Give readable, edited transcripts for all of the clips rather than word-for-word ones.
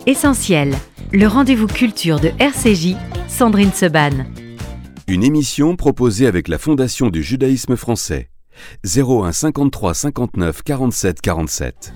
Essentiel, le rendez-vous culture de RCJ, Sandrine Seban. Une émission proposée avec la Fondation du judaïsme français. 01 53 59 47 47.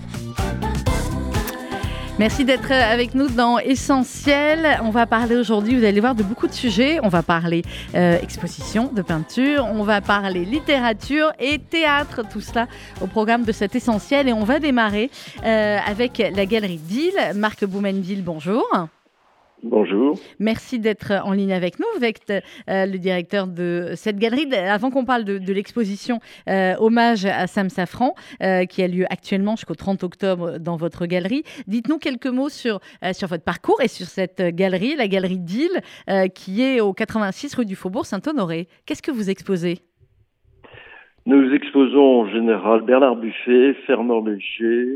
Merci d'être avec nous dans Essentiel. On va parler aujourd'hui, vous allez voir, de beaucoup de sujets. On va parler exposition de peinture, on va parler littérature et théâtre, tout cela au programme de cet Essentiel. Et on va démarrer avec la galerie Diehl. Marc Boumenville, bonjour. Bonjour. Merci d'être en ligne avec nous. Vous êtes le directeur de cette galerie. Avant qu'on parle de l'exposition Hommage à Sam Safran, qui a lieu actuellement jusqu'au 30 octobre dans votre galerie, dites-nous quelques mots sur votre parcours et sur cette galerie, la galerie Diehl, qui est au 86 rue du Faubourg Saint-Honoré. Qu'est-ce que vous exposez ? Nous exposons en général Bernard Buffet, Fernand Léger,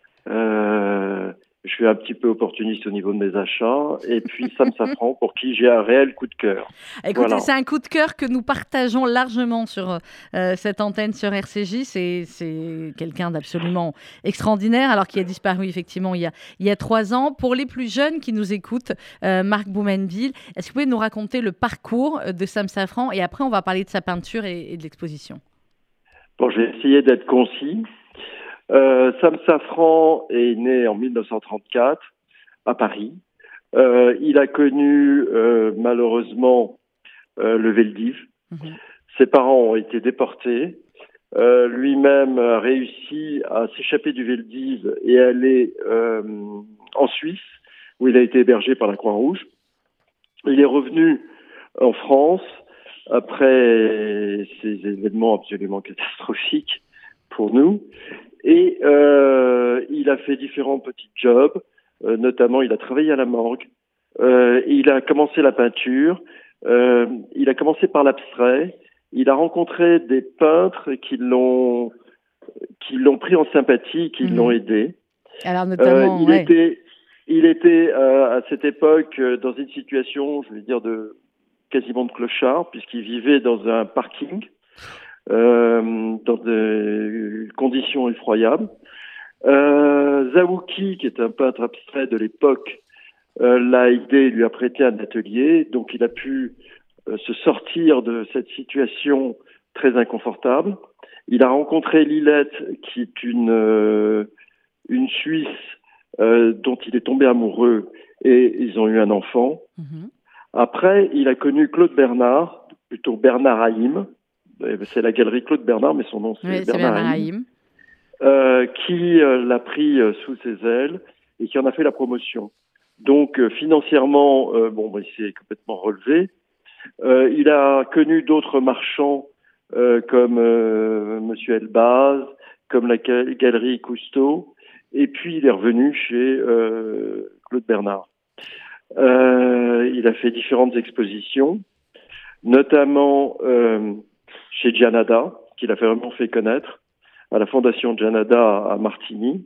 je suis un petit peu opportuniste au niveau de mes achats. Et puis Sam Safran, pour qui j'ai un réel coup de cœur. Écoutez, voilà. C'est un coup de cœur que nous partageons largement sur cette antenne sur RCJ. C'est quelqu'un d'absolument extraordinaire, alors qui a disparu effectivement il y a 3 ans. Pour les plus jeunes qui nous écoutent, Marc Boumenville, est-ce que vous pouvez nous raconter le parcours de Sam Safran ? Et après, on va parler de sa peinture et de l'exposition. Bon, je vais essayer d'être concis. Sam Safran est né en 1934 à Paris. Il a connu malheureusement le Veldiv. Mmh. Ses parents ont été déportés. Lui-même a réussi à s'échapper du Veldiv et aller en Suisse, où il a été hébergé par la Croix-Rouge. Il est revenu en France après ces événements absolument catastrophiques pour nous. Et il a fait différents petits jobs, notamment il a travaillé à la morgue, il a commencé la peinture, il a commencé par l'abstrait, il a rencontré des peintres qui l'ont pris en sympathie, qui l'ont aidé. Alors notamment, il était à cette époque dans une situation, je vais dire, quasiment de clochard, puisqu'il vivait dans un parking. Dans des conditions effroyables. Zawuki, qui est un peintre abstrait de l'époque, l'a aidé, lui a prêté un atelier, donc il a pu se sortir de cette situation très inconfortable. Il a rencontré Lilette, qui est une Suisse dont il est tombé amoureux, et ils ont eu un enfant. Mm-hmm. Après, il a connu Claude Bernard, plutôt Bernard Haïm. C'est la galerie Claude Bernard, mais son nom c'est Bernard Haïm, qui l'a pris sous ses ailes et qui en a fait la promotion. Donc financièrement, il s'est complètement relevé. Il a connu d'autres marchands comme Monsieur Elbaz, comme la galerie Cousteau, et puis il est revenu chez Claude Bernard. Il a fait différentes expositions, notamment chez Gianada, qu'il a vraiment fait connaître, à la Fondation Gianada à Martigny.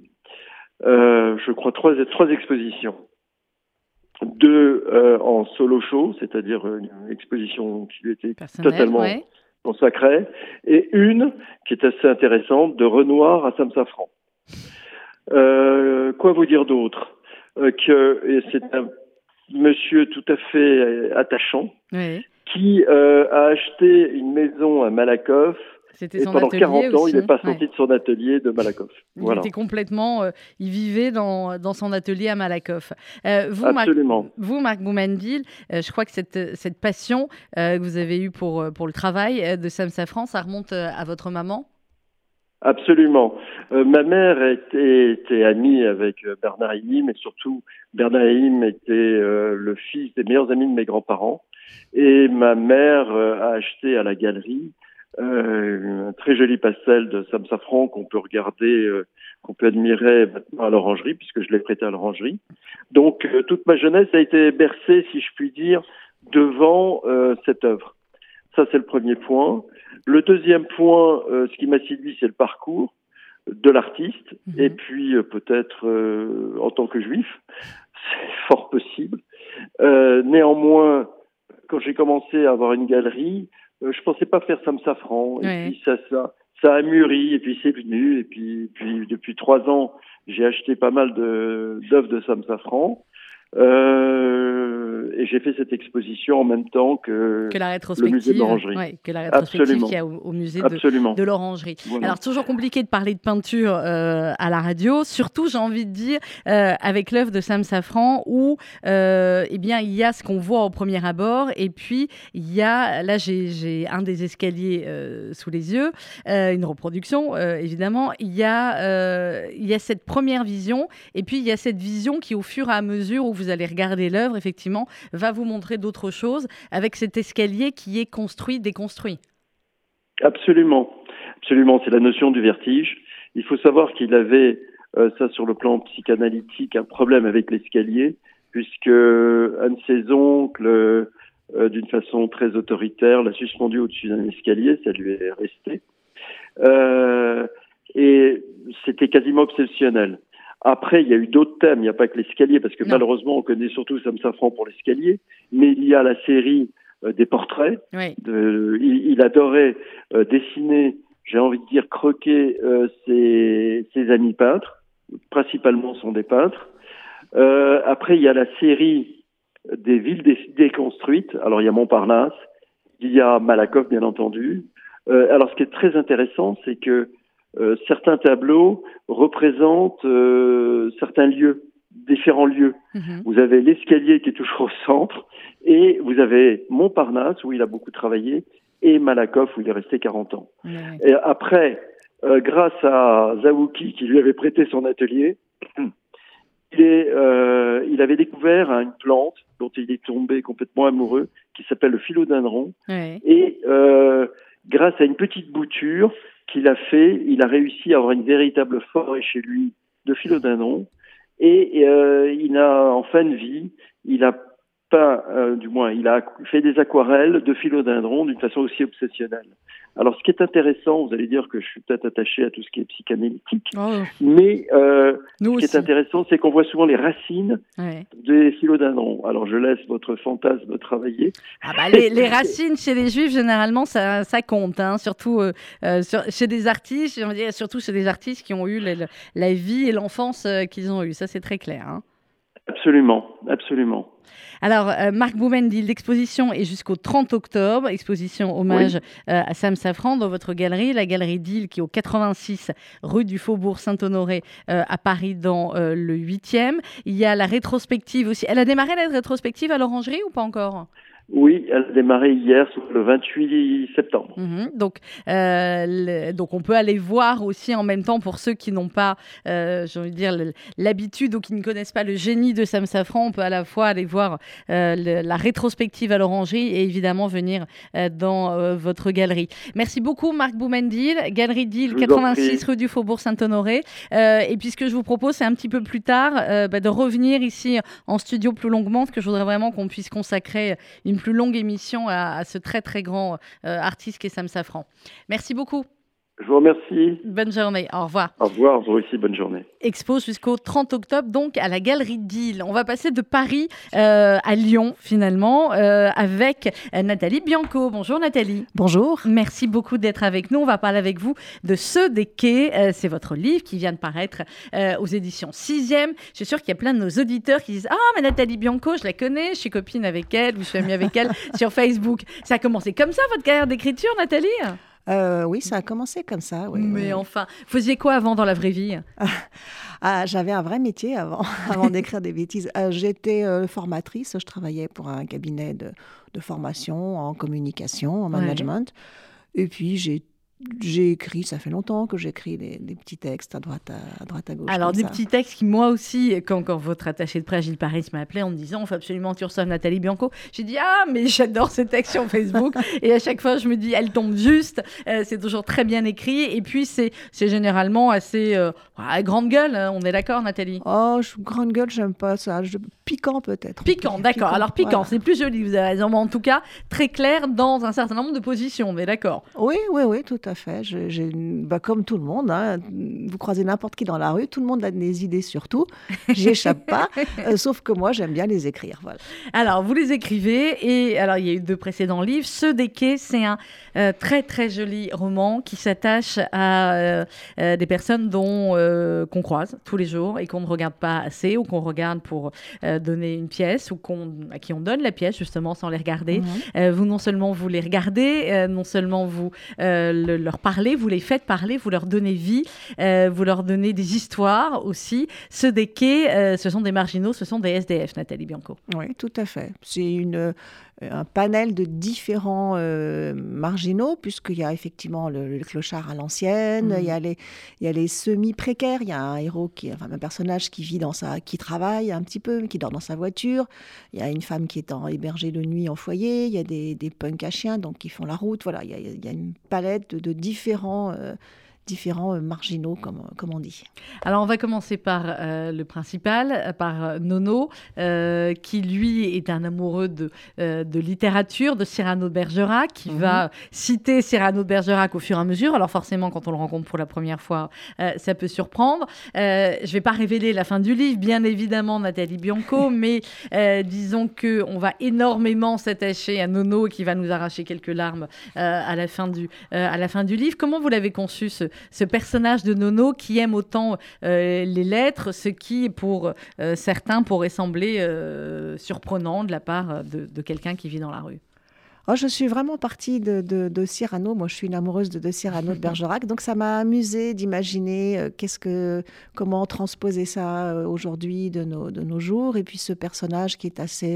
Je crois 3 expositions. 2 en solo show, c'est-à-dire une exposition qui lui était totalement consacrée, et une qui est assez intéressante, de Renoir à Sam Safran. Quoi vous dire d'autre ? Que c'est un monsieur tout à fait attachant, qui a acheté une maison à Malakoff. C'était et son pendant atelier 40 ans, aussi, il n'est pas sorti de son atelier de Malakoff. Il était complètement... il vivait dans son atelier à Malakoff. Absolument. Vous, Marc Boumenville, je crois que cette passion que vous avez eue pour le travail de Sam Safran, ça remonte à votre maman ? Absolument. Ma mère était amie avec Bernard Haïm, et surtout, Bernard Haïm était le fils des meilleurs amis de mes grands-parents. Et ma mère a acheté à la galerie un très joli pastel de Sam Safran qu'on peut regarder, qu'on peut admirer maintenant à l'Orangerie, puisque je l'ai prêté à l'Orangerie. Donc, toute ma jeunesse a été bercée, si je puis dire, devant cette œuvre. Ça, c'est le premier point. Le deuxième point, ce qui m'a séduit, c'est le parcours de l'artiste. Et puis, peut-être en tant que juif, c'est fort possible. Néanmoins, quand j'ai commencé à avoir une galerie, je pensais pas faire Sam Safran. Et puis ça a mûri, et puis c'est venu. Et puis depuis 3 ans, j'ai acheté pas mal d'œuvres de Sam Safran. Et j'ai fait cette exposition en même temps que la le musée de l'Orangerie. Que la rétrospective qu'il y a au musée de l'Orangerie. Voilà. Alors, toujours compliqué de parler de peinture à la radio, surtout, j'ai envie de dire, avec l'œuvre de Sam Safran, où eh bien, il y a ce qu'on voit au premier abord, et puis il y a, là j'ai un des escaliers sous les yeux, une reproduction, évidemment, il y a cette première vision, et puis il y a cette vision qui, au fur et à mesure où vous allez regarder l'œuvre, effectivement, va vous montrer d'autres choses avec cet escalier qui est construit, déconstruit. Absolument. Absolument, c'est la notion du vertige. Il faut savoir qu'il avait, ça sur le plan psychanalytique, un problème avec l'escalier, puisque un de ses oncles, d'une façon très autoritaire, l'a suspendu au-dessus d'un escalier, ça lui est resté. Et c'était quasiment obsessionnel. Après, il y a eu d'autres thèmes, il n'y a pas que l'escalier, parce que malheureusement, on connaît surtout Sam Safran pour l'escalier, mais il y a la série des portraits. Oui. Il adorait dessiner, j'ai envie de dire croquer ses amis peintres, principalement sont des peintres. Après, il y a la série des villes déconstruites. Alors, il y a Montparnasse, il y a Malakoff, bien entendu. Alors, ce qui est très intéressant, c'est que certains tableaux représentent certains lieux, différents lieux. Mm-hmm. Vous avez l'escalier qui est toujours au centre, et vous avez Montparnasse, où il a beaucoup travaillé, et Malakoff, où il est resté 40 ans. Mm-hmm. Et après, grâce à Zaouki, qui lui avait prêté son atelier, il avait découvert une plante dont il est tombé complètement amoureux, qui s'appelle le philodendron. Mm-hmm. Et grâce à une petite bouture qu'il a fait, il a réussi à avoir une véritable forêt chez lui de philodendron, et il a, en fin de vie, il a peint, il a fait des aquarelles de philodendron d'une façon aussi obsessionnelle. Alors, ce qui est intéressant, vous allez dire que je suis peut-être attaché à tout ce qui est psychanalytique, mais ce qui est intéressant, c'est qu'on voit souvent les racines des philodendrons. Alors, je laisse votre fantasme travailler. Ah bah, les racines chez les Juifs, généralement, ça compte, hein, surtout chez des artistes, je veux dire, surtout chez des artistes qui ont eu la vie et l'enfance qu'ils ont eue. Ça, c'est très clair. Hein. Absolument, absolument. Alors, Marc Boumendil, l'exposition est jusqu'au 30 octobre, exposition hommage à Sam Safran dans votre galerie, la galerie Diehl, qui est au 86 rue du Faubourg Saint-Honoré à Paris dans le 8e. Il y a la rétrospective aussi. Elle a démarré la rétrospective à l'Orangerie ou pas encore ? Oui, elle a démarré hier, le 28 septembre. Mmh, donc, on peut aller voir aussi en même temps, pour ceux qui n'ont pas, j'ai envie de dire, l'habitude ou qui ne connaissent pas le génie de Sam Safran, on peut à la fois aller voir la rétrospective à l'Orangerie et évidemment venir dans votre galerie. Merci beaucoup Marc Boumendil, galerie Diehl, 86 rue du Faubourg Saint-Honoré. Et puis ce que je vous propose, c'est un petit peu plus tard de revenir ici en studio plus longuement, parce que je voudrais vraiment qu'on puisse consacrer une plus longue émission à ce très très grand artiste qu'est Sam Safran. Merci beaucoup. Je vous remercie. Bonne journée. Au revoir. Au revoir. Vous aussi, bonne journée. Expo jusqu'au 30 octobre, donc à la galerie Diehl. On va passer de Paris à Lyon, finalement, avec Nathalie Bianco. Bonjour Nathalie. Bonjour. Merci beaucoup d'être avec nous. On va parler avec vous de Ceux des quais. C'est votre livre qui vient de paraître aux éditions 6e. Je suis sûre qu'il y a plein de nos auditeurs qui disent « Ah, mais Nathalie Bianco, je la connais, je suis copine avec elle, ou je suis amie avec elle sur Facebook. » Ça a commencé comme ça, votre carrière d'écriture, Nathalie ? Oui, ça a commencé comme ça. Oui, mais enfin, vous faisiez quoi avant dans la vraie vie ? J'avais un vrai métier avant d'écrire des bêtises. J'étais formatrice, je travaillais pour un cabinet de formation en communication, en management. Et puis j'ai écrit, ça fait longtemps que j'écris des petits textes à droite à gauche. Alors des petits textes qui, moi aussi, quand votre attaché de presse Gilles Paris m'a appelé en me disant « Il faut absolument que tu reçoives Nathalie Bianco », j'ai dit « Ah, mais j'adore ces textes sur Facebook ». Et à chaque fois, je me dis « Elle tombe juste ». C'est toujours très bien écrit. Et puis, c'est généralement assez grande gueule. On est d'accord, Nathalie ? Oh, grande gueule, j'aime pas ça. Piquant peut-être. Piquant, d'accord. Alors piquant, voilà. C'est plus joli, vous avez raison. Mais en tout cas, très clair dans un certain nombre de positions, mais d'accord. Oui, tout à fait. Comme tout le monde, hein, vous croisez n'importe qui dans la rue, tout le monde a des idées sur tout. J'y échappe pas, sauf que moi, j'aime bien les écrire. Voilà. Alors, vous les écrivez, et alors il y a eu 2 précédents livres. Ceux des quais, c'est un très très joli roman qui s'attache à des personnes qu'on croise tous les jours et qu'on ne regarde pas assez, ou qu'on regarde pour donner une pièce, ou à qui on donne la pièce justement sans les regarder. Vous, non seulement vous les regardez, non seulement vous leur parlez, vous les faites parler, vous leur donnez vie, vous leur donnez des histoires aussi. Ceux des quais, ce sont des marginaux, ce sont des SDF, Nathalie Bianco. Oui, tout à fait. C'est un panel de différents marginaux, puisqu'il y a effectivement le clochard à l'ancienne, il y a les semi-précaires, il y a un héros, un personnage qui travaille un petit peu, qui dort dans sa voiture, il y a une femme qui est hébergée de nuit en foyer, il y a des punks à chiens donc, qui font la route, voilà, il y a une palette de différents marginaux, comme on dit. Alors, on va commencer par le principal, par Nono, qui, lui, est un amoureux de littérature, de Cyrano de Bergerac, qui va citer Cyrano de Bergerac au fur et à mesure. Alors, forcément, quand on le rencontre pour la première fois, ça peut surprendre. Je ne vais pas révéler la fin du livre, bien évidemment, Nathalie Bianco, mais disons qu'on va énormément s'attacher à Nono, qui va nous arracher quelques larmes à la fin du livre. Comment vous l'avez conçu, ce personnage de Nono qui aime autant les lettres, ce qui, pour certains, pourrait sembler surprenant de la part de quelqu'un qui vit dans la rue? Je suis vraiment partie de Cyrano. Moi, je suis une amoureuse de Cyrano de Bergerac. Donc, ça m'a amusée d'imaginer comment transposer ça aujourd'hui de nos jours. Et puis, ce personnage qui est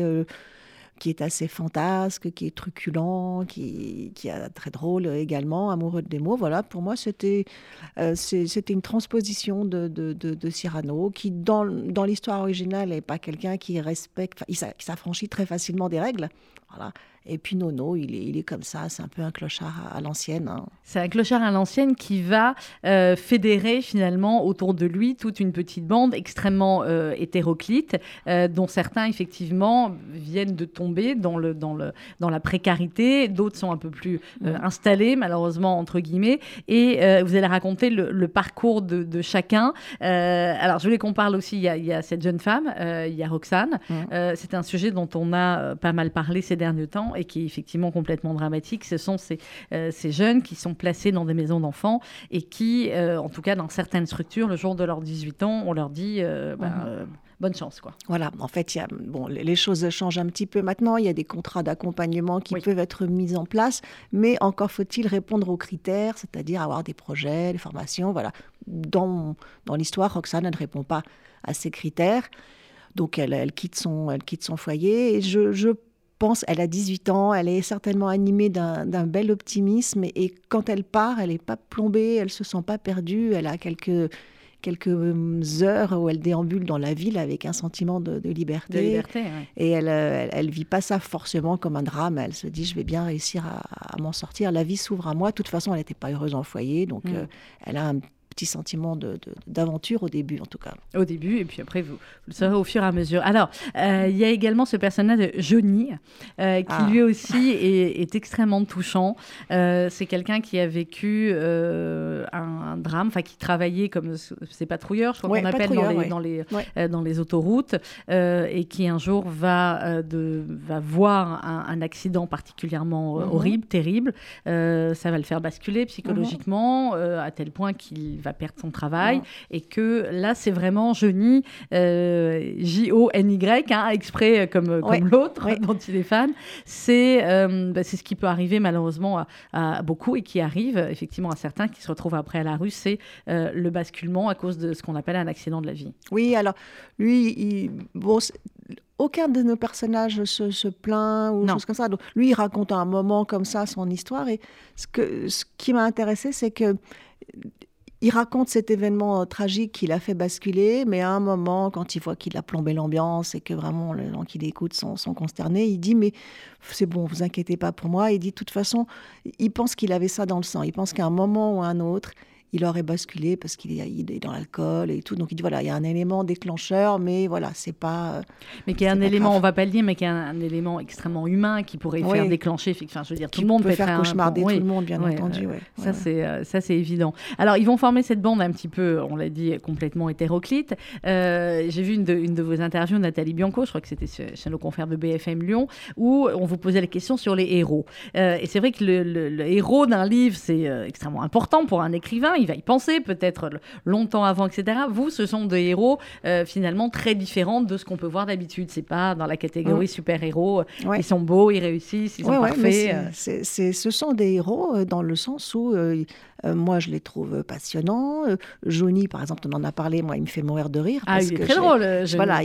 assez fantasque, qui est truculent, qui est très drôle également, amoureux des mots. Voilà, pour moi, c'était une transposition de Cyrano, qui, dans l'histoire originale, n'est pas quelqu'un qui respecte, qui s'affranchit très facilement des règles. Voilà. Et puis Nono, il est comme ça, c'est un peu un clochard à l'ancienne. Hein. C'est un clochard à l'ancienne qui va fédérer finalement autour de lui toute une petite bande extrêmement hétéroclite, dont certains effectivement viennent de tomber dans la précarité, d'autres sont un peu plus installés, malheureusement, entre guillemets. Et vous allez raconter le parcours de chacun. Alors, je voulais qu'on parle aussi, il y a cette jeune femme, il y a Roxane. C'est un sujet dont on a pas mal parlé ces derniers temps, et qui est effectivement complètement dramatique. Ce sont ces jeunes qui sont placés dans des maisons d'enfants et qui, en tout cas dans certaines structures, le jour de leurs 18 ans, on leur dit bonne chance, quoi. Voilà, en fait, les choses changent un petit peu maintenant. Il y a des contrats d'accompagnement qui peuvent être mis en place, mais encore faut-il répondre aux critères, c'est-à-dire avoir des projets, des formations. Voilà. Dans l'histoire, Roxane ne répond pas à ces critères. Donc, elle quitte son foyer. Et je pense, elle a 18 ans, elle est certainement animée d'un bel optimisme, et quand elle part, elle n'est pas plombée, elle ne se sent pas perdue, elle a quelques heures où elle déambule dans la ville avec un sentiment de liberté. De liberté, oui. Et elle vit pas ça forcément comme un drame, elle se dit je vais bien réussir à m'en sortir, la vie s'ouvre à moi. De toute façon, elle n'était pas heureuse en foyer, donc elle a un petit sentiment d'aventure au début, en tout cas. Au début, et puis après, vous le saurez au fur et à mesure. Alors, il y a également ce personnage de Johnny, qui lui aussi est extrêmement touchant. C'est quelqu'un qui a vécu un drame, enfin qui travaillait comme ces patrouilleurs, je crois qu'on appelle dans les autoroutes, et qui un jour va voir un accident particulièrement horrible, terrible. Ça va le faire basculer psychologiquement, à tel point qu'il va perdre son travail, et que là, c'est vraiment Johnny, J-O-N-Y, exprès comme l'autre, dont il est fan. C'est ce qui peut arriver malheureusement à beaucoup, et qui arrive effectivement à certains qui se retrouvent après à la rue, c'est le basculement à cause de ce qu'on appelle un accident de la vie. Oui, alors lui, aucun de nos personnages se plaint ou chose comme ça. Donc, lui, il raconte à un moment comme ça son histoire, et ce qui m'a intéressée, c'est que il raconte cet événement tragique qui l'a fait basculer, mais à un moment, quand il voit qu'il a plombé l'ambiance et que vraiment les gens qui l'écoutent sont consternés, il dit « mais c'est bon, vous inquiétez pas pour moi ». Il dit de toute façon, il pense qu'il avait ça dans le sang. Il pense qu'à un moment ou à un autre, il aurait basculé parce qu'il est dans l'alcool et tout. Donc il dit voilà, il y a un élément déclencheur, mais voilà, c'est pas. Mais qui est un élément, grave. On va pas le dire, mais qui est un élément extrêmement humain qui pourrait faire déclencher. Enfin, je veux dire, tout le monde peut faire cauchemarder tout le monde, bien entendu. Ça c'est évident. Alors ils vont former cette bande un petit peu, on l'a dit, complètement hétéroclite. J'ai vu une de vos interviews, Nathalie Bianco, je crois que c'était chez nos confrères de BFM Lyon, où on vous posait la question sur les héros. Et c'est vrai que le héros d'un livre, c'est extrêmement important pour un écrivain. Il va y penser peut-être longtemps avant, etc. Vous, ce sont des héros finalement très différents de ce qu'on peut voir d'habitude. C'est pas dans la catégorie super-héros. Ils sont beaux, ils réussissent, ils sont parfaits. Ce sont des héros dans le sens où moi, je les trouve passionnants. Johnny, par exemple, on en a parlé. Moi, il me fait mourir de rire. Parce il est très drôle. Voilà,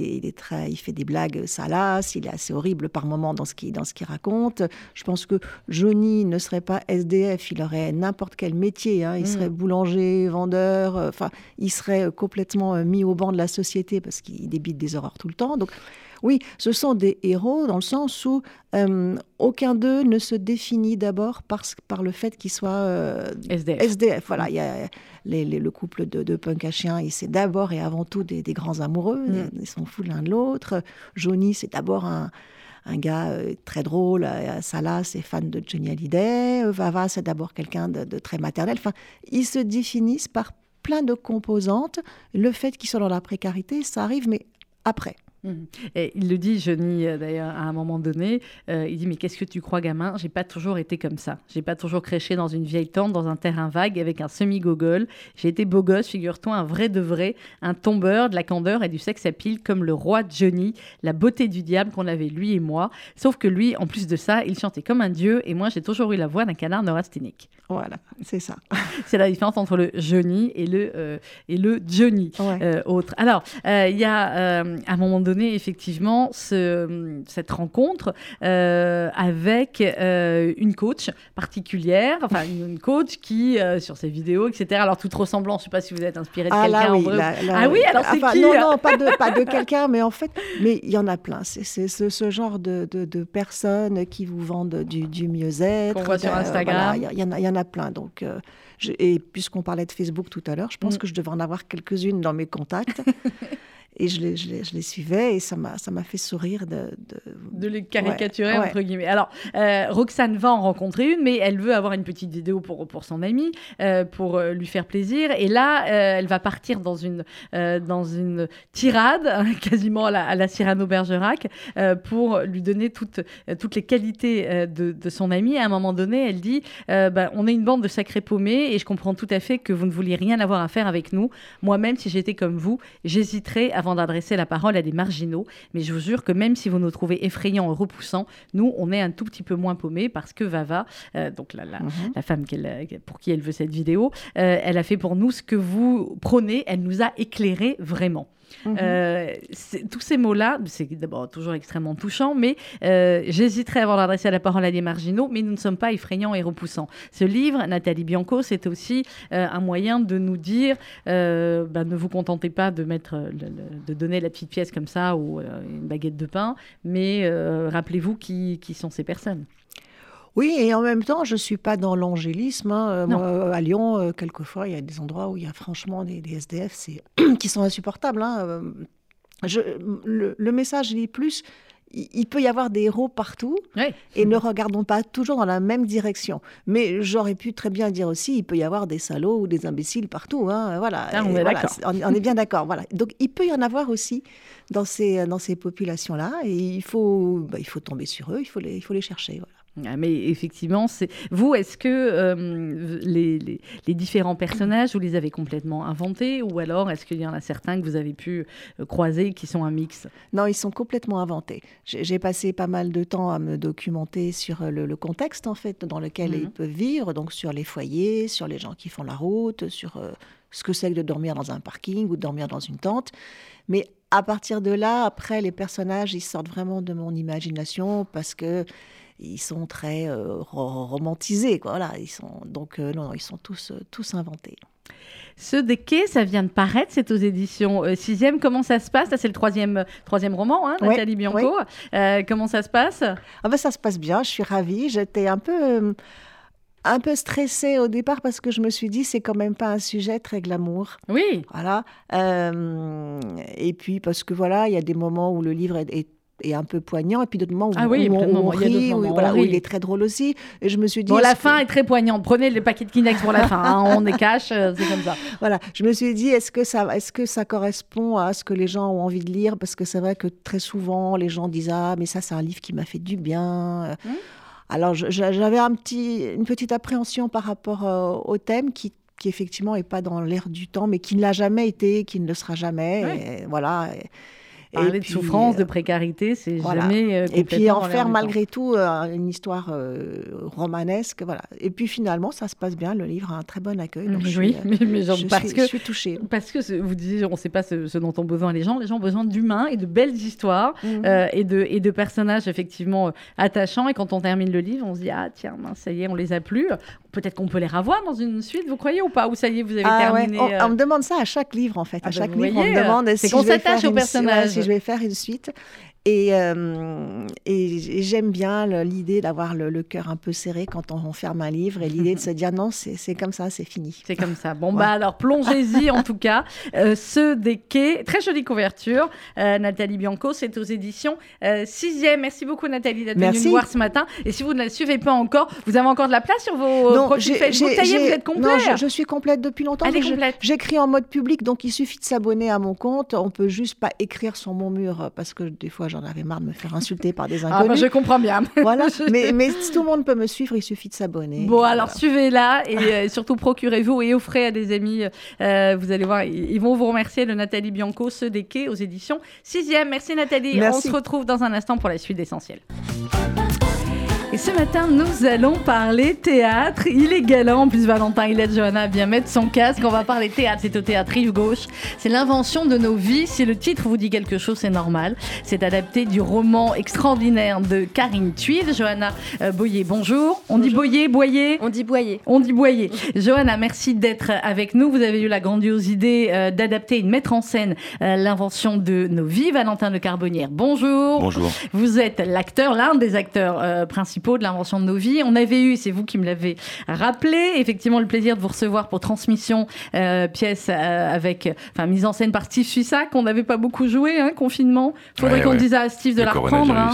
il fait des blagues salaces. Il est assez horrible par moments dans ce qu'il raconte. Je pense que Johnny ne serait pas SDF. Il aurait n'importe quel métier. Il serait boulanger, vendeur. Enfin, il serait complètement mis au banc de la société parce qu'il débite des horreurs tout le temps. Donc, oui, ce sont des héros dans le sens où aucun d'eux ne se définit d'abord par le fait qu'il soit SDF. Voilà, il y a le couple de punk à chiens, c'est d'abord et avant tout des grands amoureux. Ils sont fous l'un de l'autre. Johnny, c'est d'abord un gars très drôle, salace et fan de Johnny Hallyday. Vava, c'est d'abord quelqu'un de très maternel. Enfin, ils se définissent par plein de composantes. Le fait qu'ils soient dans la précarité, ça arrive, mais après. Et il le dit, Johnny, d'ailleurs, à un moment donné, il dit « Mais qu'est-ce que tu crois, gamin ? J'ai pas toujours été comme ça. J'ai pas toujours créché dans une vieille tente, dans un terrain vague, avec un semi-gogol. J'ai été beau gosse, figure-toi, un vrai de vrai, un tombeur, de la candeur et du sexe à pile, comme le roi Johnny, la beauté du diable qu'on avait, lui et moi. Sauf que lui, en plus de ça, il chantait comme un dieu, et moi, j'ai toujours eu la voix d'un canard neurasthénique. » Voilà, c'est ça. C'est la différence entre le Johnny et le Johnny autre. Alors, il y a, à un moment donné, effectivement, cette rencontre avec une coach particulière, enfin une coach qui, sur ses vidéos, etc. Alors, toute ressemblance, je ne sais pas si vous êtes inspiré de quelqu'un. Oui, alors c'est qui Non, pas de quelqu'un, mais en fait, il y en a plein. C'est ce genre de personnes qui vous vendent du mieux-être. Qu'on voit sur Instagram. Il y en a plein. Donc, et puisqu'on parlait de Facebook tout à l'heure, je pense que je devais en avoir quelques-unes dans mes contacts. Et je les suivais et ça m'a fait sourire de les caricaturer, entre guillemets. Alors, Roxane va en rencontrer une, mais elle veut avoir une petite vidéo pour son amie, pour lui faire plaisir. Et là, elle va partir dans une tirade, quasiment à la Cyrano Bergerac, pour lui donner toutes les qualités de son amie. Et à un moment donné, elle dit on est une bande de sacrés paumés et je comprends tout à fait que vous ne vouliez rien avoir à faire avec nous. Moi-même, si j'étais comme vous, j'hésiterais avant d'adresser la parole à des marginaux. Mais je vous jure que même si vous nous trouvez effrayants et repoussants, nous, on est un tout petit peu moins paumés parce que Vava, donc la femme pour qui elle veut cette vidéo, elle a fait pour nous ce que vous prônez. Elle nous a éclairés vraiment. Tous ces mots-là, c'est d'abord toujours extrêmement touchant, mais j'hésiterais avant d'adresser la parole à des marginaux, mais nous ne sommes pas effrayants et repoussants. Ce livre, Nathalie Bianco, c'est aussi un moyen de nous dire ne vous contentez pas de donner la petite pièce comme ça ou une baguette de pain, mais rappelez-vous qui sont ces personnes. Oui, et en même temps, je ne suis pas dans l'angélisme. Moi, à Lyon, quelquefois, il y a des endroits où il y a franchement des SDF qui sont insupportables. Le message dit plus, il peut y avoir des héros partout, et ne regardons pas toujours dans la même direction. Mais j'aurais pu très bien dire aussi, il peut y avoir des salauds ou des imbéciles partout. Voilà. On est d'accord. On est bien d'accord. Voilà. Donc, il peut y en avoir aussi dans ces populations-là, et il faut tomber sur eux, il faut les chercher. Voilà. Mais effectivement, est-ce que les différents personnages, vous les avez complètement inventés ou alors est-ce qu'il y en a certains que vous avez pu croiser qui sont un mix ? Non, ils sont complètement inventés. J'ai passé pas mal de temps à me documenter sur le contexte en fait, dans lequel ils peuvent vivre, donc sur les foyers, sur les gens qui font la route, sur ce que c'est que de dormir dans un parking ou de dormir dans une tente. Mais à partir de là, après, les personnages, ils sortent vraiment de mon imagination parce que ils sont très romantisés, quoi. Voilà, ils sont tous inventés. Ce des quais, ça vient de paraître, c'est aux éditions 6e. Comment ça se passe ? Ça, c'est le troisième roman, Nathalie Bianco. Comment ça se passe ? Ça se passe bien, je suis ravie. J'étais un peu un peu stressée au départ parce que je me suis dit, c'est quand même pas un sujet très glamour. Oui. Voilà. Et puis parce que voilà, il y a des moments où le livre est un peu poignant et puis d'autres moments où, Ah oui, où plein de on moments. Il y a rit, d'autres moments, voilà, on où rit. il est très drôle aussi. Et je me suis dit... Bon, la est-ce fin que- est très poignante. Prenez le paquet de Kleenex pour la fin. Hein. On est cash, c'est comme ça. Voilà, je me suis dit, est-ce que ça correspond à ce que les gens ont envie de lire? Parce que c'est vrai que très souvent, les gens disent, ah, mais ça, c'est un livre qui m'a fait du bien. Alors, j'avais une petite appréhension par rapport au thème qui effectivement n'est pas dans l'air du temps, mais qui ne l'a jamais été, qui ne le sera jamais. Ouais. Et voilà. Parler de puis, souffrance, de précarité, c'est voilà. jamais Et puis complètement en dans l'air faire du temps. malgré tout une histoire romanesque, voilà. Et puis finalement, ça se passe bien. Le livre a un très bon accueil. Donc Oui, mais genre, je suis touchée. Parce que vous disiez, on ne sait pas ce dont ont besoin les gens. Les gens ont besoin d'humains et de belles histoires et de personnages effectivement attachants. Et quand on termine le livre, on se dit ah tiens, mince, ça y est, on les a plus. Peut-être qu'on peut les revoir dans une suite, vous croyez ou pas? Ou ça y est, vous avez terminé On me demande ça à chaque livre en fait. À chaque vous livre, on voyez, me demande c'est si qu'on je vais s'attache faire au personnage. si je vais faire une suite. Et j'aime bien l'idée d'avoir le cœur un peu serré quand on ferme un livre et l'idée de se dire non, c'est comme ça, c'est fini. C'est comme ça. Bon, Ouais. bah alors, plongez-y en tout cas. Ceux des quais. Très jolie couverture. Nathalie Bianco, c'est aux éditions 6e. Merci beaucoup, Nathalie, d'être venue nous voir ce matin. Et si vous ne la suivez pas encore, vous avez encore de la place sur vos profils Facebook. Ça y est, vous êtes complet. Non, je suis complète depuis longtemps. Elle est complète. J'écris en mode public, donc il suffit de s'abonner à mon compte. On peut juste pas écrire sur mon mur parce que des fois, j'en avais marre de me faire insulter par des inconnus. Ah bah, je comprends bien. Voilà. mais si tout le monde peut me suivre, il suffit de s'abonner. Bon, alors suivez-la et surtout procurez-vous et offrez à des amis. Vous allez voir, ils vont vous remercier, le Nathalie Bianco, ceux des quais aux éditions 6e. Merci Nathalie. Merci. On se retrouve dans un instant pour la suite d'Essentiel. Et ce matin, nous allons parler théâtre. Il est galant. En plus, Valentin, il aide Johanna à bien mettre son casque. On va parler théâtre. C'est au Théâtre Rive Gauche. C'est l'invention de nos vies. Si le titre vous dit quelque chose, c'est normal. C'est adapté du roman extraordinaire de Karine Thuil. Johanna Boyer, bonjour. On dit Boyer, Boyer? On dit Boyer. On dit Boyer. Johanna, merci d'être avec nous. Vous avez eu la grandiose idée d'adapter et de mettre en scène l'invention de nos vies. Valentin de Carbonnière, bonjour. Bonjour. Vous êtes l'acteur, l'un des acteurs principaux de l'invention de nos vies. On avait eu, c'est vous qui me l'avez rappelé, effectivement le plaisir de vous recevoir pour Transmission, pièce mise en scène par Steve Suissac, qu'on n'avait pas beaucoup joué, confinement. Faudrait qu'on dise à Steve de la reprendre.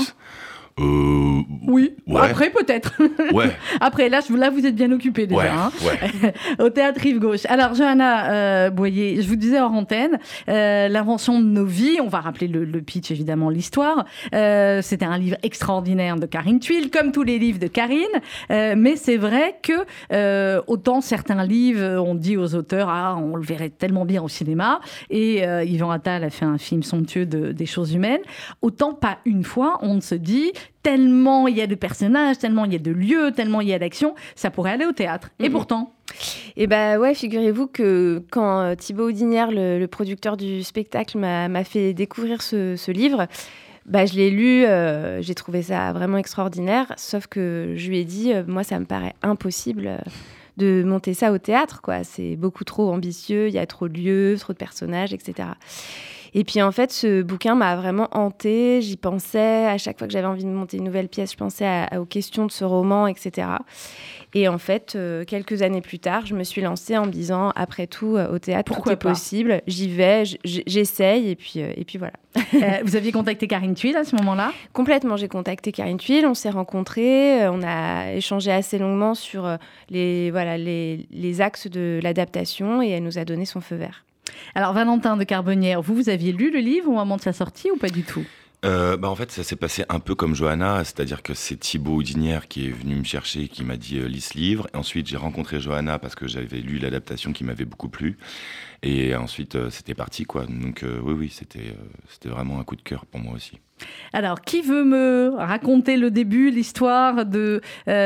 Oui, ouais. Après peut-être. Ouais. Après, là vous êtes bien occupé déjà. Ouais. Au Théâtre Rive Gauche. Alors, Johanna Boyer, je vous disais hors antenne, l'invention de nos vies, on va rappeler le pitch, évidemment, l'histoire. C'était un livre extraordinaire de Karine Thuil, comme tous les livres de Karine. Mais c'est vrai que autant certains livres, on dit aux auteurs, on le verrait tellement bien au cinéma. Et Yvan Attal a fait un film somptueux des choses humaines. Autant pas une fois, on ne se dit... Tellement il y a de personnages, tellement il y a de lieux, tellement il y a d'action, ça pourrait aller au théâtre. Et pourtant... Et figurez-vous que quand Thibaut Houdinière, le producteur du spectacle, m'a fait découvrir ce livre, je l'ai lu, j'ai trouvé ça vraiment extraordinaire, sauf que je lui ai dit, moi ça me paraît impossible de monter ça au théâtre, quoi. C'est beaucoup trop ambitieux, il y a trop de lieux, trop de personnages, etc. Et puis en fait, ce bouquin m'a vraiment hantée. J'y pensais à chaque fois que j'avais envie de monter une nouvelle pièce, je pensais aux questions de ce roman, etc. Et en fait, quelques années plus tard, je me suis lancée en me disant, après tout, au théâtre, tout est possible. J'y vais, j'essaye, et puis voilà. Vous aviez contacté Karine Thuil à ce moment-là ? Complètement, j'ai contacté Karine Thuil, on s'est rencontrés, on a échangé assez longuement sur les axes de l'adaptation, et elle nous a donné son feu vert. Alors, Valentin de Carbonnière, vous aviez lu le livre au moment de sa sortie ou pas du tout ? En fait, ça s'est passé un peu comme Johanna, c'est-à-dire que c'est Thibaut Houdinière qui est venu me chercher, qui m'a dit lis ce livre. Et ensuite, j'ai rencontré Johanna parce que j'avais lu l'adaptation qui m'avait beaucoup plu. Et ensuite, c'était parti, quoi. Donc oui, c'était vraiment un coup de cœur pour moi aussi. Alors, qui veut me raconter le début, l'histoire de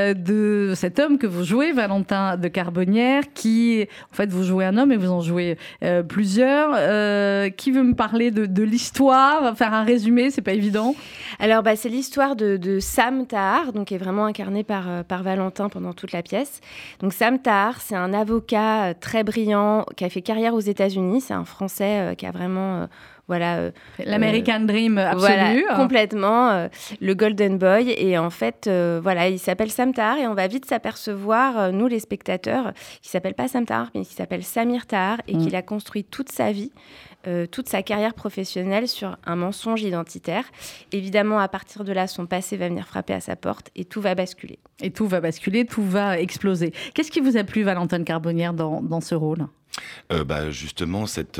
cet homme que vous jouez, Valentin de Carbonnière, qui, en fait, vous jouez un homme et vous en jouez plusieurs. Qui veut me parler de l'histoire, faire un résumé, c'est pas évident. Alors, c'est l'histoire de Sam Tahar, donc qui est vraiment incarné par Valentin pendant toute la pièce. Donc, Sam Tahar, c'est un avocat très brillant qui a fait carrière aux États-Unis. C'est un Français qui a vraiment voilà. L'American Dream absolu. Voilà, complètement. Le Golden Boy. Et en fait, voilà, il s'appelle Sam Tahar et on va vite s'apercevoir, nous les spectateurs, qu'il s'appelle pas Sam Tahar, mais qu'il s'appelle Samir Tahar et qu'il a construit toute sa vie, toute sa carrière professionnelle sur un mensonge identitaire. Évidemment, à partir de là, son passé va venir frapper à sa porte et tout va basculer. Et tout va basculer, tout va exploser. Qu'est-ce qui vous a plu, Valentine Carbonnière, dans ce rôle ? Justement, cet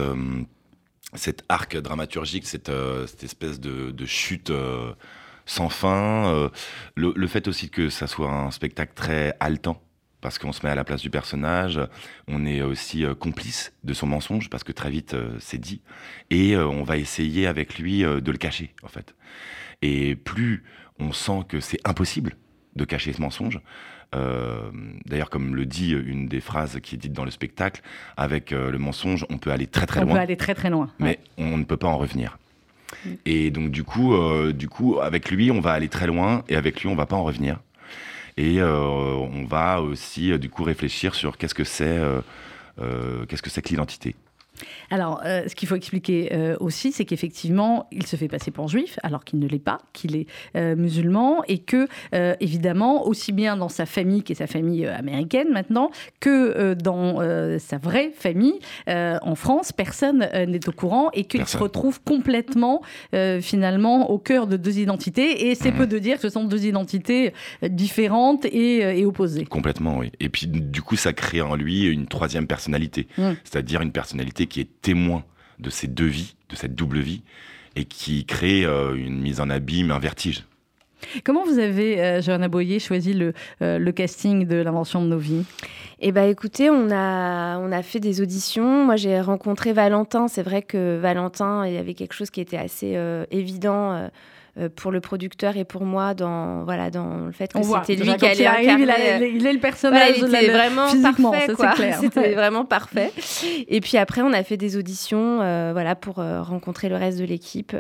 arc dramaturgique, cette espèce de chute sans fin, le fait aussi que ça soit un spectacle très haletant, parce qu'on se met à la place du personnage, on est aussi complice de son mensonge, parce que très vite c'est dit, et on va essayer avec lui de le cacher, en fait. Et plus on sent que c'est impossible de cacher ce mensonge, d'ailleurs, comme le dit une des phrases qui est dite dans le spectacle, avec le mensonge, on peut aller très très loin. On peut aller très très loin. Mais on ne peut pas en revenir. Et donc du coup, avec lui, on va aller très loin, et avec lui, on va pas en revenir. Et on va aussi du coup réfléchir sur qu'est-ce que c'est que l'identité. Alors, ce qu'il faut expliquer aussi, c'est qu'effectivement, il se fait passer pour juif, alors qu'il ne l'est pas, qu'il est musulman, et que, évidemment, aussi bien dans sa famille, qui est sa famille américaine maintenant, que dans sa vraie famille, en France, personne n'est au courant, et qu'il se retrouve complètement, finalement, au cœur de deux identités, et c'est peu de dire que ce sont deux identités différentes et opposées. Complètement, oui. Et puis, du coup, ça crée en lui une troisième personnalité, c'est-à-dire une personnalité qui est témoin de ces deux vies, de cette double vie, et qui crée une mise en abîme, un vertige. Comment vous avez, Johanna Boyer, choisi le casting de l'invention de nos vies ? Eh bien, écoutez, on a fait des auditions. Moi, j'ai rencontré Valentin. C'est vrai que Valentin, il y avait quelque chose qui était assez évident pour le producteur et pour moi dans le fait que c'était lui qui allait incarner. Il est le personnage. Voilà, il était vraiment parfait, ça, quoi. C'est clair. C'était vraiment parfait. Et puis après, on a fait des auditions pour rencontrer le reste de l'équipe.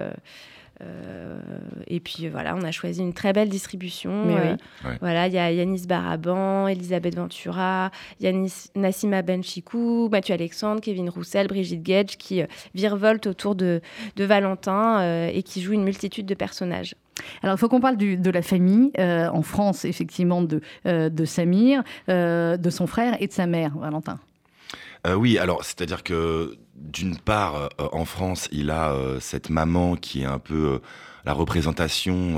Et puis on a choisi une très belle distribution. Voilà, il y a Yanis Baraban, Elisabeth Ventura, Nassima Benchikou, Mathieu Alexandre, Kevin Roussel, Brigitte Gage qui virevoltent autour de Valentin et qui jouent une multitude de personnages. Alors, il faut qu'on parle de la famille, en France, effectivement, de Samir, de son frère et de sa mère, Valentin. Oui, alors, c'est-à-dire que, d'une part, en France, il a cette maman qui est un peu la représentation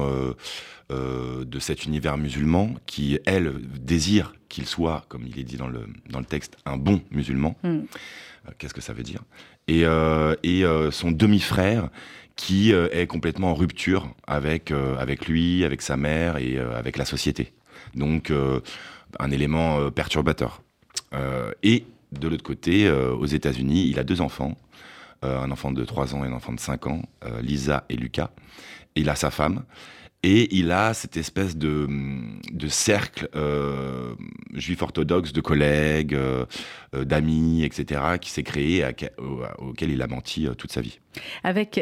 de cet univers musulman, qui, elle, désire qu'il soit, comme il est dit dans le texte, un bon musulman. Qu'est-ce que ça veut dire ? Et son demi-frère, qui est complètement en rupture avec lui, avec sa mère et avec la société. Donc, un élément perturbateur. Et de l'autre côté, aux États-Unis, il a 2 enfants, un enfant de 3 ans et un enfant de 5 ans, Lisa et Lucas. Et il a sa femme. Et il a cette espèce de cercle juif orthodoxe, de collègues, d'amis, etc., qui s'est créé, auquel il a menti toute sa vie. Avec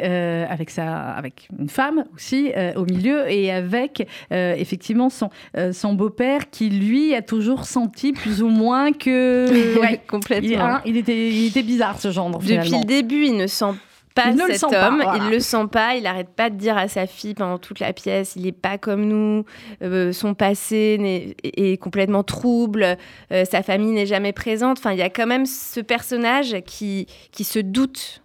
une femme aussi au milieu, et avec effectivement son beau-père qui, lui, a toujours senti plus ou moins que... complètement. Il était bizarre, ce genre, finalement. Depuis le début, il ne sent pas cet homme, il le sent pas, il n'arrête pas de dire à sa fille pendant toute la pièce, il n'est pas comme nous, son passé est complètement trouble, sa famille n'est jamais présente. Enfin, il y a quand même ce personnage qui se doute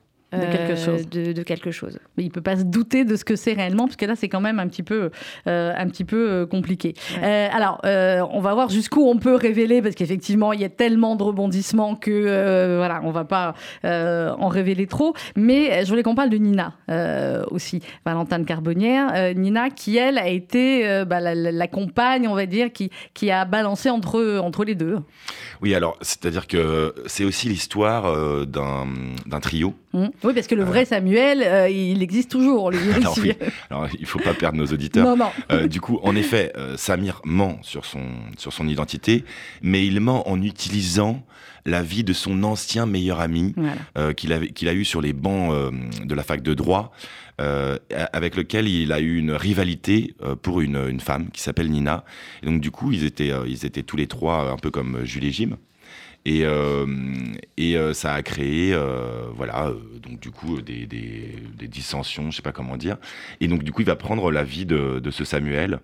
de quelque chose. Mais il ne peut pas se douter de ce que c'est réellement, parce que là, c'est quand même un petit peu compliqué. Ouais. On va voir jusqu'où on peut révéler, parce qu'effectivement, il y a tellement de rebondissements que on ne va pas en révéler trop. Mais je voulais qu'on parle de Nina aussi, Valentine Carbonnière. Nina, qui, elle, a été la compagne, on va dire, qui a balancé entre les deux. Oui, alors, c'est-à-dire que c'est aussi l'histoire d'un trio. Oui, parce que le vrai Samuel, il existe toujours. Alors, il ne faut pas perdre nos auditeurs. Non. Du coup, en effet, Samir ment sur son identité, mais il ment en utilisant la vie de son ancien meilleur ami, qu'il a eu sur les bancs de la fac de droit, avec lequel il a eu une rivalité pour une femme qui s'appelle Nina. Et donc, du coup, ils étaient tous les trois un peu comme Jules et Jim. Et ça a créé, donc du coup, des dissensions, je ne sais pas comment dire. Et donc, du coup, il va prendre la vie de ce Samuel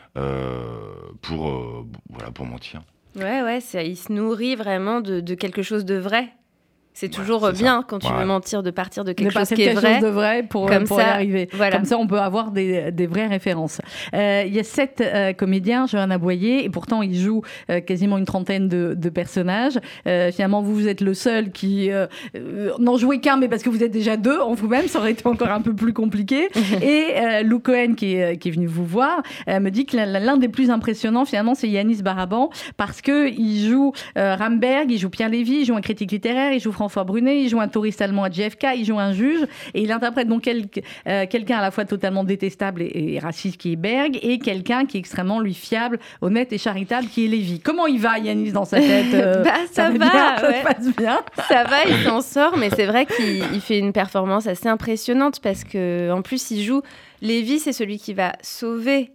pour mentir. Ouais, il se nourrit vraiment de quelque chose de vrai. C'est toujours bien quand tu veux mentir de partir de quelque chose qui est vrai. De vrai pour y arriver. Voilà. Comme ça, on peut avoir des vraies références. Il y a 7 comédiens, Johanna Boyer, et pourtant ils jouent quasiment une trentaine de personnages. Finalement, vous êtes le seul qui n'en jouez qu'un, mais parce que vous êtes déjà 2 en vous-même, ça aurait été encore un peu plus compliqué. Et Lou Cohen, qui est venu vous voir, me dit que l'un des plus impressionnants, finalement, c'est Yanis Baraban, parce qu'il joue Ramberg, il joue Pierre Lévy, il joue un critique littéraire, il joue François Brunet, il joue un touriste allemand à JFK, il joue un juge, et il interprète donc quelqu'un à la fois totalement détestable et raciste qui est Berg, et quelqu'un qui est extrêmement, lui, fiable, honnête et charitable qui est Lévy. Comment il va, Yanis, dans sa tête? Ça va, ça se passe bien. Ça va, il s'en sort, mais c'est vrai qu'il fait une performance assez impressionnante, parce qu'en plus, il joue... Lévy, c'est celui qui va sauver,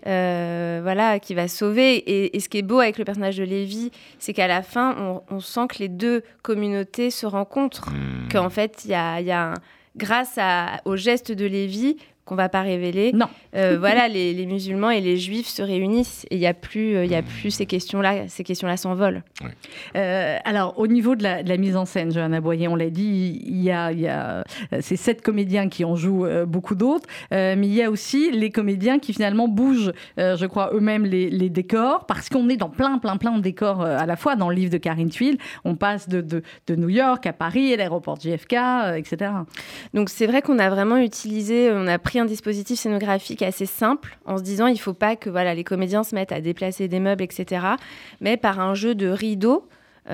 qui va sauver. Et ce qui est beau avec le personnage de Lévy, c'est qu'à la fin, on sent que les 2 communautés se rencontrent. Qu'en fait, il y a grâce au geste de Lévy, qu'on ne va pas révéler, les musulmans et les juifs se réunissent et il n'y a plus ces questions-là s'envolent. Oui. Alors, au niveau de la mise en scène, Johanna Boyer, on l'a dit, il y a ces 7 comédiens qui en jouent beaucoup d'autres, mais il y a aussi les comédiens qui finalement bougent, je crois, eux-mêmes les décors, parce qu'on est dans plein de décors à la fois. Dans le livre de Karine Thuil, on passe de New York à Paris, à l'aéroport JFK, etc. Donc, c'est vrai qu'on a vraiment on a pris un dispositif scénographique assez simple en se disant il ne faut pas que les comédiens se mettent à déplacer des meubles, etc. Mais par un jeu de rideaux,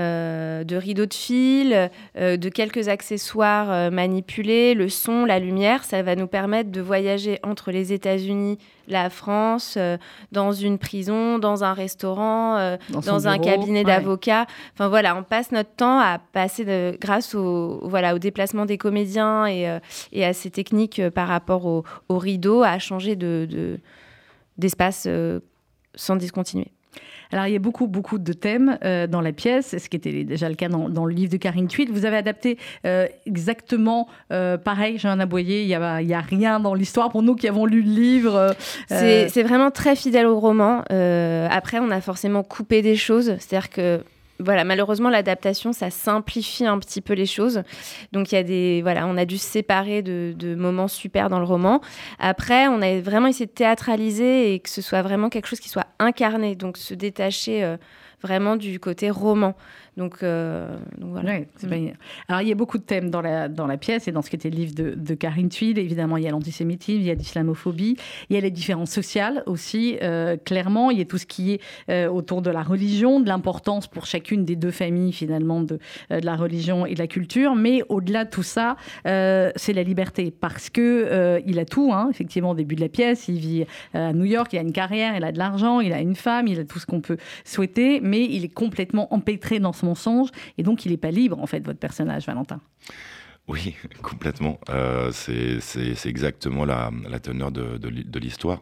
de fil, de quelques accessoires manipulés, le son, la lumière, ça va nous permettre de voyager entre les États-Unis, la France, dans une prison, dans un restaurant, dans un cabinet d'avocats. Enfin voilà, on passe notre temps à passer grâce au déplacement des comédiens et à ces techniques par rapport au rideau, à changer d'espace sans discontinuer. Alors, il y a beaucoup de thèmes dans la pièce, ce qui était déjà le cas dans le livre de Karine Thuil. Vous avez adapté exactement pareil, Johanna Boyer, il y a rien dans l'histoire pour nous qui avons lu le livre. C'est vraiment très fidèle au roman. Après, on a forcément coupé des choses, c'est-à-dire que malheureusement, l'adaptation, ça simplifie un petit peu les choses. Donc, on a dû se séparer de moments super dans le roman. Après, on a vraiment essayé de théâtraliser et que ce soit vraiment quelque chose qui soit incarné. Donc, se détacher vraiment du côté roman. Donc voilà. Ouais, alors, il y a beaucoup de thèmes dans la pièce et dans ce qui était le livre de Karine Thuil. Évidemment, il y a l'antisémitisme, il y a l'islamophobie, il y a les différences sociales aussi, clairement. Il y a tout ce qui est autour de la religion, de l'importance pour chacune des 2 familles, finalement, de la religion et de la culture. Mais au-delà de tout ça, c'est la liberté. Parce qu'il a tout, effectivement, au début de la pièce. Il vit à New York, il a une carrière, il a de l'argent, il a une femme, il a tout ce qu'on peut souhaiter. Mais il est complètement empêtré dans son mensonge, et donc il n'est pas libre, en fait, votre personnage, Valentin. Oui, complètement. C'est exactement la teneur de l'histoire.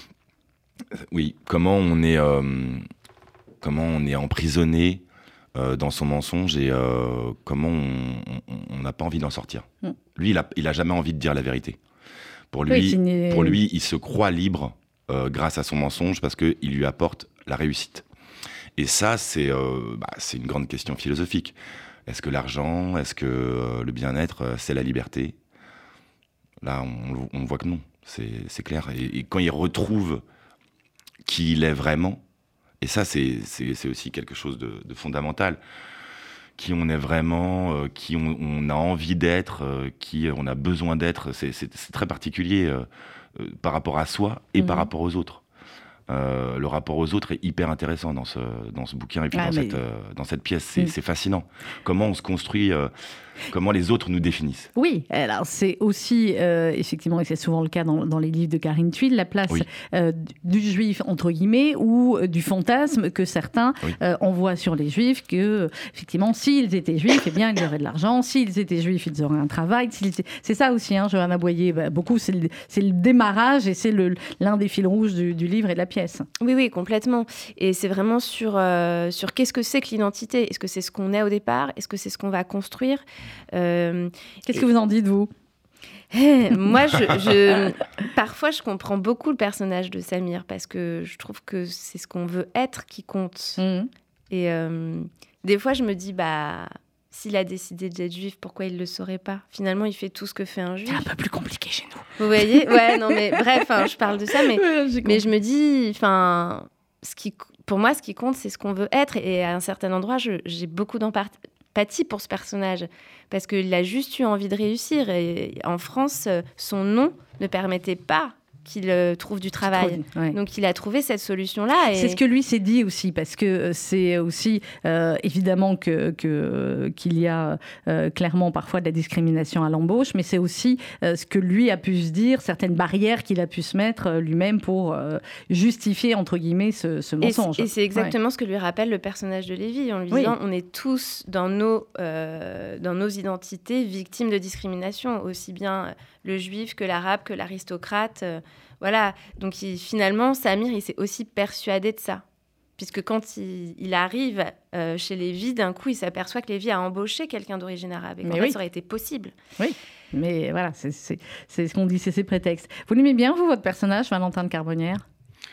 Oui, comment on est emprisonné dans son mensonge et comment on n'a pas envie d'en sortir. Lui, il a jamais envie de dire la vérité. Pour lui, il se croit libre grâce à son mensonge parce qu'il lui apporte la réussite. Et ça, c'est une grande question philosophique. Est-ce que l'argent, est-ce que le bien-être, c'est la liberté? Là, on voit que non, c'est clair. Et quand il retrouve qui il est vraiment, et ça, c'est aussi quelque chose de fondamental, qui on est vraiment, qui on a envie d'être, qui on a besoin d'être, c'est très particulier par rapport à soi et par rapport aux autres. Le rapport aux autres est hyper intéressant dans ce bouquin et puis dans cette pièce. C'est fascinant. Comment on se construit, comment les autres nous définissent. Oui, alors c'est aussi, effectivement, et c'est souvent le cas dans les livres de Karine Thuil, la place du juif, entre guillemets, ou du fantasme que certains envoient sur les juifs, que, effectivement, s'ils étaient juifs, eh bien, ils auraient de l'argent. S'ils étaient juifs, ils auraient un travail. C'est ça aussi, Johanna Boyer, beaucoup, c'est le démarrage et c'est l'un des fils rouges du livre et de la pièce. pièce. Oui, complètement. Et c'est vraiment sur qu'est-ce que c'est que l'identité. Est-ce que c'est ce qu'on est au départ ? Est-ce que c'est ce qu'on va construire ? Qu'est-ce que vous en dites, vous ? Moi, parfois, je comprends beaucoup le personnage de Samir parce que je trouve que c'est ce qu'on veut être qui compte. Et des fois, je me dis, s'il a décidé d'être juif, pourquoi il ne le saurait pas ? Finalement, il fait tout ce que fait un juif. C'est un peu plus compliqué chez nous. Vous voyez ? Ouais, non, mais bref, je parle de ça, mais je me dis, pour moi, ce qui compte, c'est ce qu'on veut être. Et à un certain endroit, j'ai beaucoup d'empathie pour ce personnage parce qu'il a juste eu envie de réussir. Et en France, son nom ne permettait pas qu'il trouve du travail. Donc, il a trouvé cette solution-là. Et... C'est ce que lui s'est dit aussi, parce que c'est aussi évidemment qu'il y a clairement parfois de la discrimination à l'embauche, mais c'est aussi ce que lui a pu se dire, certaines barrières qu'il a pu se mettre lui-même pour justifier, entre guillemets, ce mensonge. Et c'est exactement ce que lui rappelle le personnage de Lévi, en lui disant on est tous dans nos identités victimes de discrimination, aussi bien le juif que l'arabe, que l'aristocrate. Voilà. Donc finalement, Samir, il s'est aussi persuadé de ça. Puisque quand il arrive chez Lévi, d'un coup, il s'aperçoit que Lévi a embauché quelqu'un d'origine arabe. Et qu'en fait, ça aurait été possible. Oui, mais voilà, c'est ce qu'on dit, c'est ses prétextes. Vous l'aimez bien, vous, votre personnage, Valentin de Carbonnière ?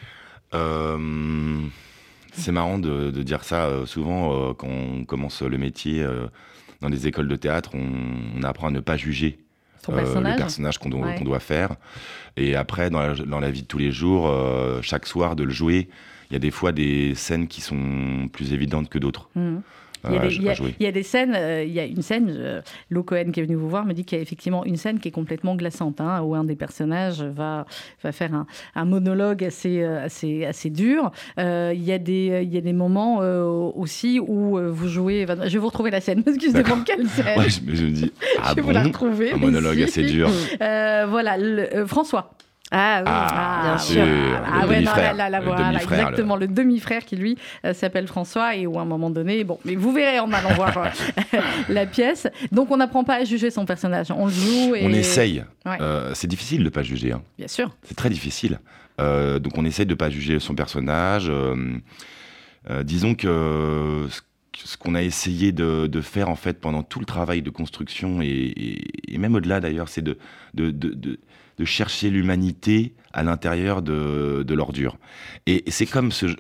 C'est marrant de dire ça. Souvent, quand on commence le métier dans les écoles de théâtre, on apprend à ne pas juger le personnage qu'on doit faire. Et après, dans la vie de tous les jours, chaque soir, de le jouer, il y a des fois des scènes qui sont plus évidentes que d'autres. Il y a des scènes, il y a une scène, Lo Cohen qui est venu vous voir me dit qu'il y a effectivement une scène qui est complètement glaçante, où un des personnages va faire un monologue assez dur. Il y a des moments aussi où vous jouez... Je vais vous retrouver la scène, excusez-moi, quelle scène. Ouais, je me dis, je vais vous la retrouver. Un monologue assez dur. Voilà, François. Ah oui, bien sûr. Voilà, exactement, le demi-frère qui lui s'appelle François et où à un moment donné, mais vous verrez en allant voir la pièce. Donc on n'apprend pas à juger son personnage, on le joue. On essaye. Ouais. C'est difficile de pas juger. Bien sûr. C'est très difficile. Donc on essaye de pas juger son personnage. Disons que ce qu'on a essayé de faire en fait pendant tout le travail de construction et même au-delà d'ailleurs, c'est de chercher l'humanité à l'intérieur de l'ordure. Et c'est comme ce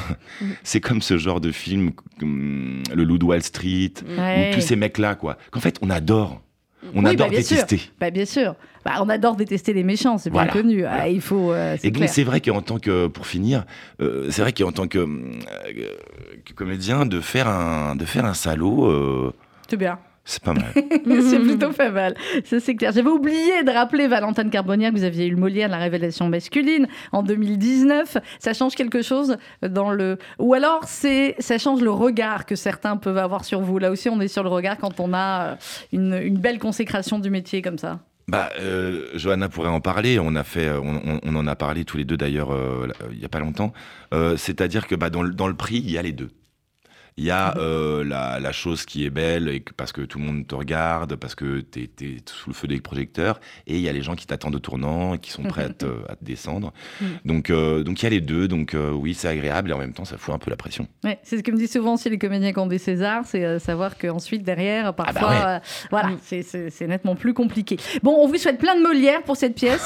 genre de film, Le Loup de Wall Street, ou tous ces mecs-là, quoi. Qu'en fait, on adore. On adore détester. Bien sûr. On adore détester les méchants, c'est bien connu. Voilà. Il faut. Et donc, c'est vrai qu'en tant que, pour finir, qu'en tant que comédien, de faire un salaud. C'est bien. C'est pas mal. C'est plutôt pas mal. Ça, c'est clair. J'avais oublié de rappeler, Valentin de Carbonnière, que vous aviez eu le Molière de la révélation masculine en 2019. Ça change quelque chose ou alors, ça change le regard que certains peuvent avoir sur vous. Là aussi, on est sur le regard quand on a une belle consécration du métier comme ça. Johanna pourrait en parler. On en a parlé tous les deux d'ailleurs il y a pas longtemps. C'est-à-dire que dans le prix, il y a les deux. Il y a la chose qui est belle parce que tout le monde te regarde, parce que t'es sous le feu des projecteurs, et il y a les gens qui t'attendent au tournant et qui sont prêts à te descendre. Donc il y a les deux. Donc oui, c'est agréable et en même temps ça fout un peu la pression. Ouais, c'est ce que me disent souvent aussi les comédiens qui ont des Césars, c'est savoir qu'ensuite derrière parfois c'est nettement plus compliqué. Bon, on vous souhaite plein de Molière pour cette pièce.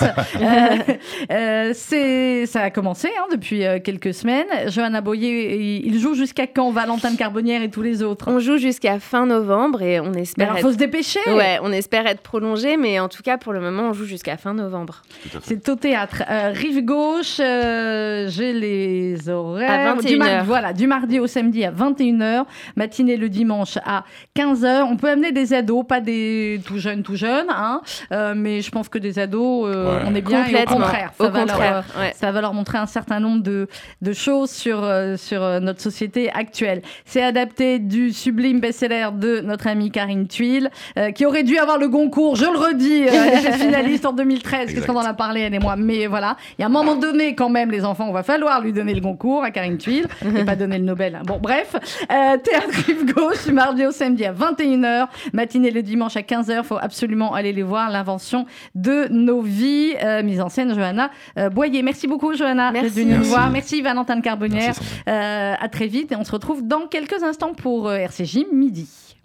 Ça a commencé depuis quelques semaines. Johanna Boyer, il joue jusqu'à quand, Valentin Carbonnière et tous les autres? On joue jusqu'à fin novembre et on espère. Alors, faut se dépêcher. Ouais, on espère être prolongé, mais en tout cas, pour le moment, on joue jusqu'à fin novembre. C'est au théâtre. Rive gauche, j'ai les horaires. À 21h. Du mardi au samedi à 21h, matinée le dimanche à 15h. On peut amener des ados, pas des tout jeunes, mais je pense que des ados, on est bien. Complètement. Au contraire, ça va leur montrer un certain nombre de choses sur notre société actuelle. C'est adapté du sublime best-seller de notre amie Karine Thuil, qui aurait dû avoir le Goncourt, je le redis, elle était finaliste en 2013, qu'est-ce qu'on en a parlé, elle et moi. Mais voilà, il y a un moment donné, quand même, les enfants, on va falloir lui donner le Goncourt à Karine Thuil, et pas donner le Nobel. Bon, bref, Théâtre Rive Gauche, du mardi au samedi à 21h, matinée le dimanche à 15h, il faut absolument aller les voir, l'invention de nos vies, mise en scène Johanna Boyer. Merci beaucoup Johanna d'être venue nous voir. Merci Valentin Carbonnière. À très vite et on se retrouve dans quelques instants pour RCJ Midi.